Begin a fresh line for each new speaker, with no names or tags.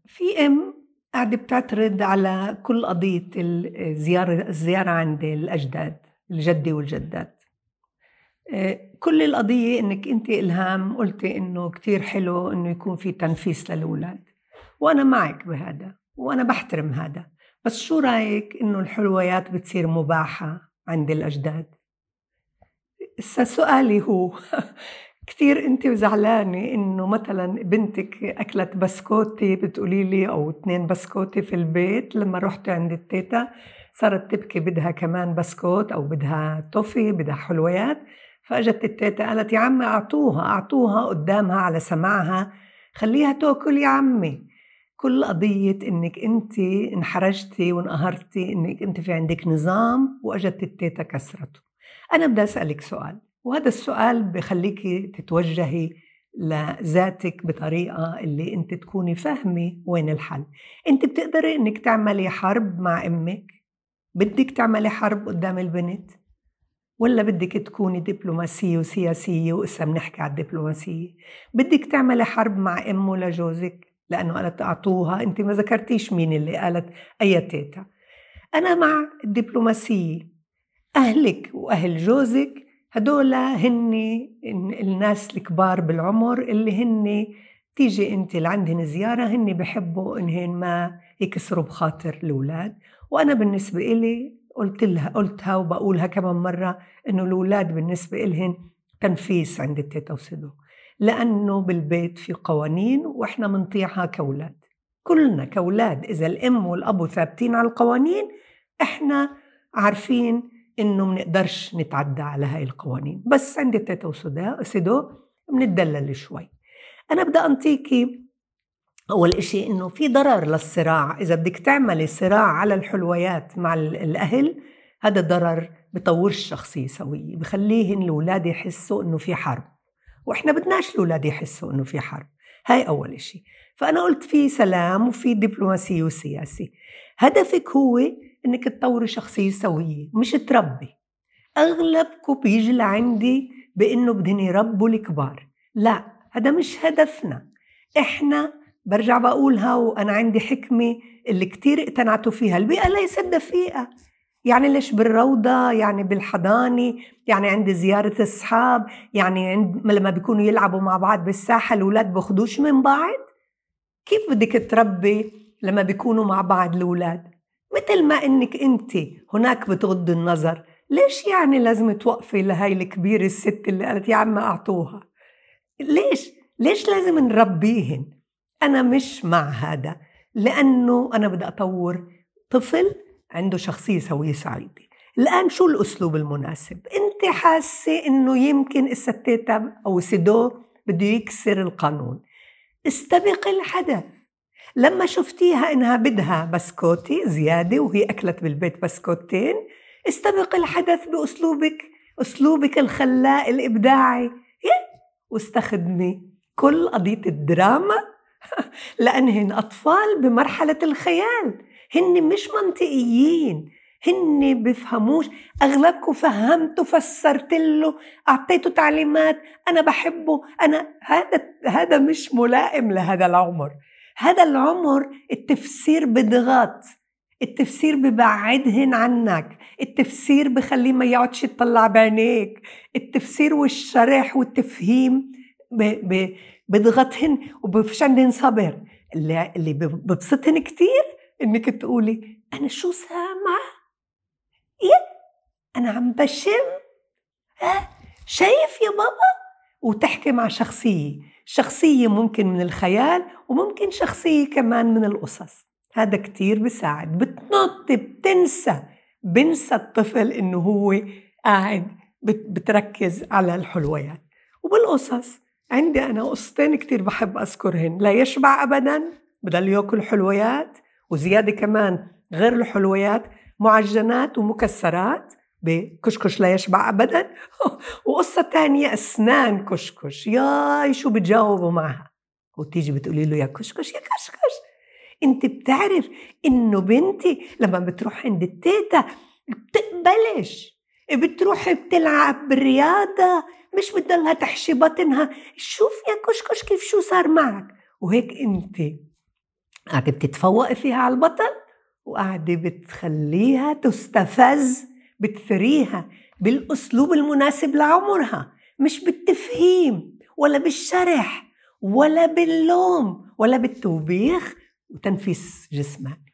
في قاعدة بتعترض على كل قضية الزيارة عند الأجداد، الجدة والجدات. كل القضية إنِّك أنتِ إلهام قُلتِ إنه كتير حلو إنه يكون في تنفيس للولاد، وأنا معِك بهذا، وأنا باحترم هذا، بس شو رأيِك إنه الحلويات بتصير مباحة عند الأجداد؟ سؤالي هو كتير أنتِ زعلانة إنه مثلًا بنتِك أكلت بسكوتة بتقولي لي أو 2 بسكوتة في البيت، لمّا رُحتِ عند التيتة صارت تبكي بدها كمان بسكوت أو بدها توفي، بدها حلويات، فإجت التيتة قالت: "يا عمي أعطوها قدّامها على سماعها، خلّيها تاكل يا عمي." كل قضية إنِّك أنتِ انحرجتِ وانقهرتِ إنِّك أنتِ في عندِك نظام وإجت التيتة كسرته. أنا بدي أسألِك سؤال، وهذا السؤال بيخلّيكِ تتوجّهي لذاتِك بطريقة اللي أنتِ تكوني فاهمة وين الحل. أنتِ بتقدري إنِّك تعملي حرب مع أمِّك؟ بدِّك تعملي حرب قدّام البنت؟ والّا بدِّك تكوني دبلوماسية وسياسية وإسا بنحكي على الدبلوماسية؟ بدِّك تعملي حرب مع أمه لجوزِك لإنه قالت أعطوها، أنتِ ما ذكرتيش مين اللي قالت أي تيتة. أنا مع الدبلوماسية. أهلِك وأهل جوزِك هدول هن الناس الكبار بالعمر اللي هن تيجي أنتِ لعندهن زيارة، هن بيحبّوا إنهن ما يكسروا بخاطر الولاد، وأنا بالنسبة إلي قُلتها وباقولها كمان مرّة إنه الولاد بالنسبة إلهن تنفيس عند التيتا وسِدو، لأنه بالبيت في قوانين وإحنا منطيعها كولاد، كلنا كولاد إذا الأم والأبو ثابتين على القوانين إحنا عارفين إنه منقدرش نتعدّى على هاي القوانين، بس عند تيتا وسِدو منتدلّل شوي. أنا بدي أنطيكِ أول إشي إنه في ضرر للصراع، إذا بدِّك تعملي صراع على الحلويات مع الأهل، هذا ضرر بيطوّرش شخصية سويّة، بخلّيهن الولاد يحسّوا إنه في حرب، وإحنا بدناش الولاد يحسّوا إنه في حرب، هاي أول إشي. فأنا قُلت في سلام وفي دبلوماسية وسياسة، هدفِك هو إنِّك تطوّري شخصية سويّة مش تربّي. أغلبكم بييجي لعندي بإنه بدهن يربّوا الكبار، لأ هذا مش هدفنا، إحنا بارجع باقولها وأنا عندي حكمة اللي كتير اقتنعتوا فيها، البيئة ليست دفيئة، يعني ليش بالروضة، يعني بالحضانة، يعني عند زيارة الصحاب، يعني لمّا بيكونوا يلعبوا مع بعض بالساحة الولاد بياخدوش من بعض؟ كيف بدِك تربّي لمّا بيكونوا مع بعض الولاد؟ متل ما إنِّك أنتِ هناك بتغضّي النظر، ليش يعني لازم توقفي لهاي الكبيرة السِت اللي قالت يا عمي أعطوها؟ ليش؟ ليش لازم نربّيهن؟ أنا مش مع هذا، لأنه أنا بدي أطوّر طفل عنده شخصية سوية سعيدة. الآن شو الأسلوب المناسب؟ أنتِ حاسة إنه يمكن التيتا أو سِدو بده يكسر القانون، استبقي الحدث. لمّا شُفتيها إنها بدها بسكوتة زيادة وهي أكلت بالبيت بسكوتين، استبقي الحدث بأسلوبِك، أسلوبِك الخلّاق الإبداعي، واستخدمي كل قضية الدراما لأنهن أطفال بمرحلة الخيال، هن مش منطقيين، هن بيفهموش، أغلبكم فهّمتوا فسّرت له، أعطيته تعليمات، أنا باحبه، هذا مش ملائم لهذا العمر، هذا العمر التفسير بضغط، التفسير ببعدهن عنك، التفسير بخليه ما يقعدش يطلع بعينيك، التفسير والشرح والتفهيم ب ب بضغطهن وبفش عندهن صبر. اللي ببسطهن كتير إنِّك تقولي أنا شو سامعة؟ إيه؟ أنا عم باشم؟ شايف يا بابا؟ وتحكي مع شخصية ممكن من الخيال وممكن شخصية كمان من القصص، هذا كتير بيساعد، بتنط بنسى الطفل إنه هو قاعد بتركز على الحلويات. وبالقصص عندي أنا قصتين كتير بحب أذكرهن، لا يشبع أبداً بضل ياكل حلويات وزيادة كمان غير الحلويات معجنات ومكسرات بكشكش لا يشبع أبداً وقصة تانية أسنان كشكش، ياي شو بتجاوبوا معها وتيجي بتقولي له يا كشكش يا كشكش. انت بتعرف انه بنتي لما بتروح عند التيتا بتقبلش، بتروح بتلعب بالرياضة مش بتضلها تحشي بطنها، شوف يا كشكش كيف شو صار معك. وهيك انت قاعدة بتتفوقي فيها على البطل، وقاعدة بتخلّيها تُستفز، بتثريها بالأسلوب المناسب لعمرها، مش بالتفهيم ولا بالشرح ولا باللوم ولا بالتوبيخ وتنفيس جسمها.